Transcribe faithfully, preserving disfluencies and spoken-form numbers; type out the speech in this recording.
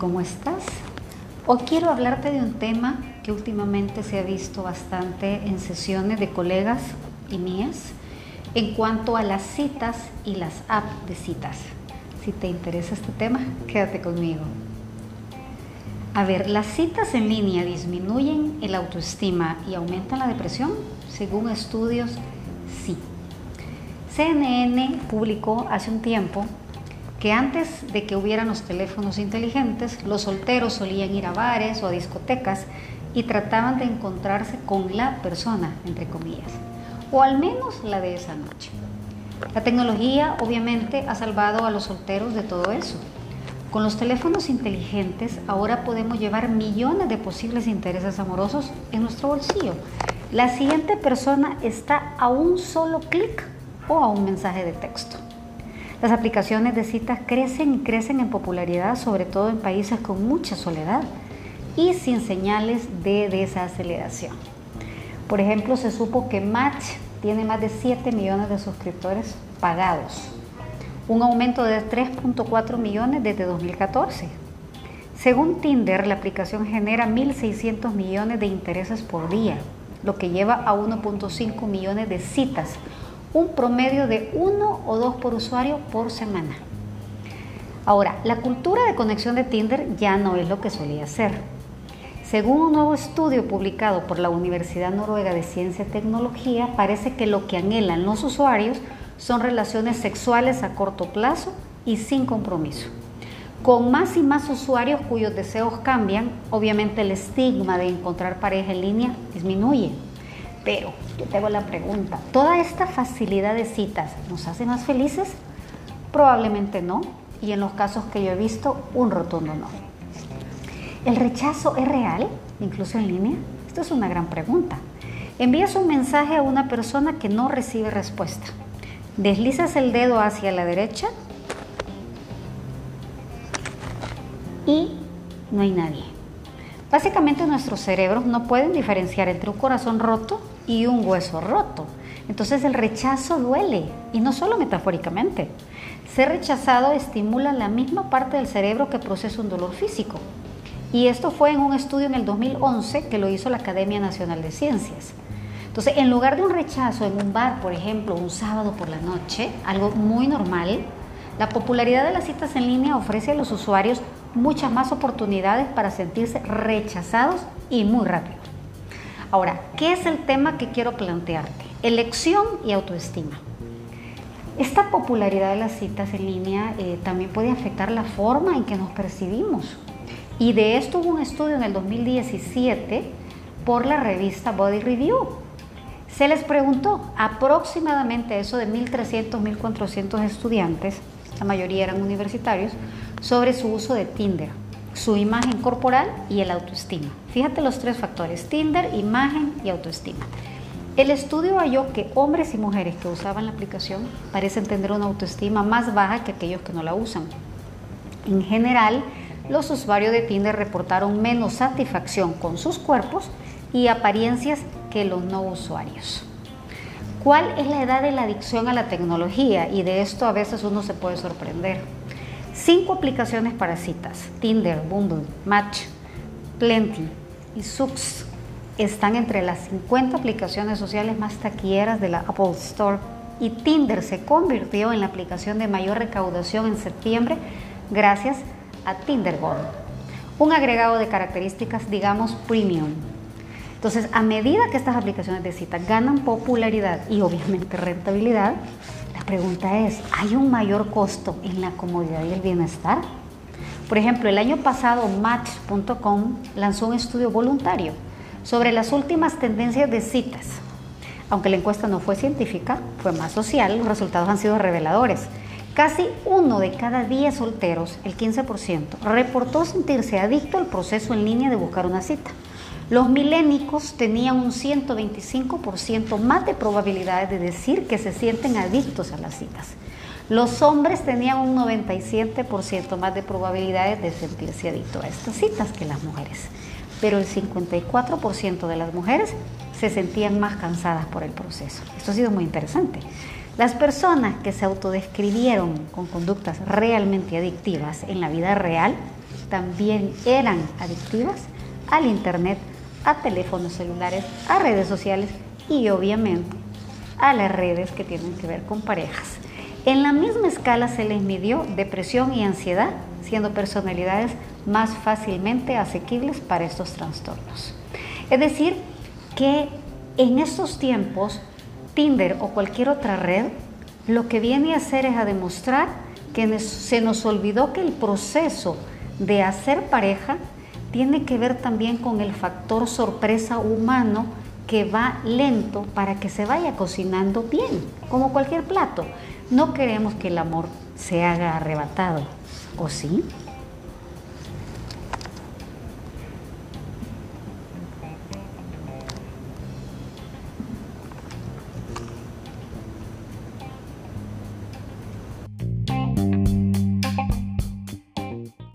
¿cómo estás? Hoy quiero hablarte de un tema que últimamente se ha visto bastante en sesiones de colegas y mías en cuanto a las citas y las apps de citas. Si te interesa este tema, quédate conmigo. A ver, ¿las citas en línea disminuyen el autoestima y aumentan la depresión? Según estudios, sí. C N N publicó hace un tiempo que antes de que hubieran los teléfonos inteligentes, los solteros solían ir a bares o a discotecas y trataban de encontrarse con la persona, entre comillas, o al menos la de esa noche. La tecnología obviamente ha salvado a los solteros de todo eso. Con los teléfonos inteligentes ahora podemos llevar millones de posibles intereses amorosos en nuestro bolsillo. La siguiente persona está a un solo clic o a un mensaje de texto. Las aplicaciones de citas crecen y crecen en popularidad, sobre todo en países con mucha soledad y sin señales de desaceleración. Por ejemplo, se supo que Match tiene más de siete millones de suscriptores pagados, un aumento de tres punto cuatro millones desde dos mil catorce. Según Tinder, la aplicación genera mil seiscientos millones de intereses por día, lo que lleva a uno punto cinco millones de citas, un promedio de uno o dos por usuario por semana. Ahora, la cultura de conexión de Tinder ya no es lo que solía ser. Según un nuevo estudio publicado por la Universidad Noruega de Ciencia y Tecnología, parece que lo que anhelan los usuarios son relaciones sexuales a corto plazo y sin compromiso. Con más y más usuarios cuyos deseos cambian, obviamente el estigma de encontrar pareja en línea disminuye. Pero yo te hago la pregunta, ¿toda esta facilidad de citas nos hace más felices? Probablemente no, y en los casos que yo he visto, un rotundo no. ¿El rechazo es real, incluso en línea? Esto es una gran pregunta. Envías un mensaje a una persona que no recibe respuesta. Deslizas el dedo hacia la derecha y no hay nadie. Básicamente nuestros cerebros no pueden diferenciar entre un corazón roto y un hueso roto. Entonces el rechazo duele, y no solo metafóricamente. Ser rechazado estimula la misma parte del cerebro que procesa un dolor físico. Y esto fue en un estudio en el dos mil once que lo hizo la Academia Nacional de Ciencias. Entonces, en lugar de un rechazo en un bar, por ejemplo, un sábado por la noche, algo muy normal, la popularidad de las citas en línea ofrece a los usuarios muchas más oportunidades para sentirse rechazados y muy rápido. Ahora, ¿qué es el tema que quiero plantearte? Elección y autoestima. Esta popularidad de las citas en línea eh, también puede afectar la forma en que nos percibimos. Y de esto hubo un estudio en el dos mil diecisiete por la revista Body Review. Se les preguntó aproximadamente eso de mil trescientos, mil cuatrocientos estudiantes, la mayoría eran universitarios, sobre su uso de Tinder, su imagen corporal y el autoestima. Fíjate los tres factores: Tinder, imagen y autoestima. El estudio halló que hombres y mujeres que usaban la aplicación parecen tener una autoestima más baja que aquellos que no la usan. En general, los usuarios de Tinder reportaron menos satisfacción con sus cuerpos y apariencias que los no usuarios. ¿Cuál es la edad de la adicción a la tecnología? Y de esto a veces uno se puede sorprender. Cinco aplicaciones para citas: Tinder, Bumble, Match, Plenty y Sux están entre las cincuenta aplicaciones sociales más taquilleras de la Apple Store, y Tinder se convirtió en la aplicación de mayor recaudación en septiembre gracias a Tinder Gold, un agregado de características, digamos, premium. Entonces, a medida que estas aplicaciones de cita ganan popularidad y obviamente rentabilidad, la pregunta es, ¿hay un mayor costo en la comodidad y el bienestar? Por ejemplo, el año pasado Match punto com lanzó un estudio voluntario sobre las últimas tendencias de citas. Aunque la encuesta no fue científica, fue más social, los resultados han sido reveladores. Casi uno de cada diez solteros, el quince por ciento, reportó sentirse adicto al proceso en línea de buscar una cita. Los milénicos tenían un ciento veinticinco por ciento más de probabilidades de decir que se sienten adictos a las citas. Los hombres tenían un noventa y siete por ciento más de probabilidades de sentirse adictos a estas citas que las mujeres. Pero el cincuenta y cuatro por ciento de las mujeres se sentían más cansadas por el proceso. Esto ha sido muy interesante. Las personas que se autodescribieron con conductas realmente adictivas en la vida real también eran adictivas al internet, a teléfonos celulares, a redes sociales y obviamente a las redes que tienen que ver con parejas. En la misma escala se les midió depresión y ansiedad, siendo personalidades más fácilmente asequibles para estos trastornos. Es decir, que en estos tiempos, Tinder o cualquier otra red, lo que viene a hacer es a demostrar que se nos olvidó que el proceso de hacer pareja tiene que ver también con el factor sorpresa humano que va lento para que se vaya cocinando bien, como cualquier plato. No queremos que el amor se haga arrebatado, ¿o sí?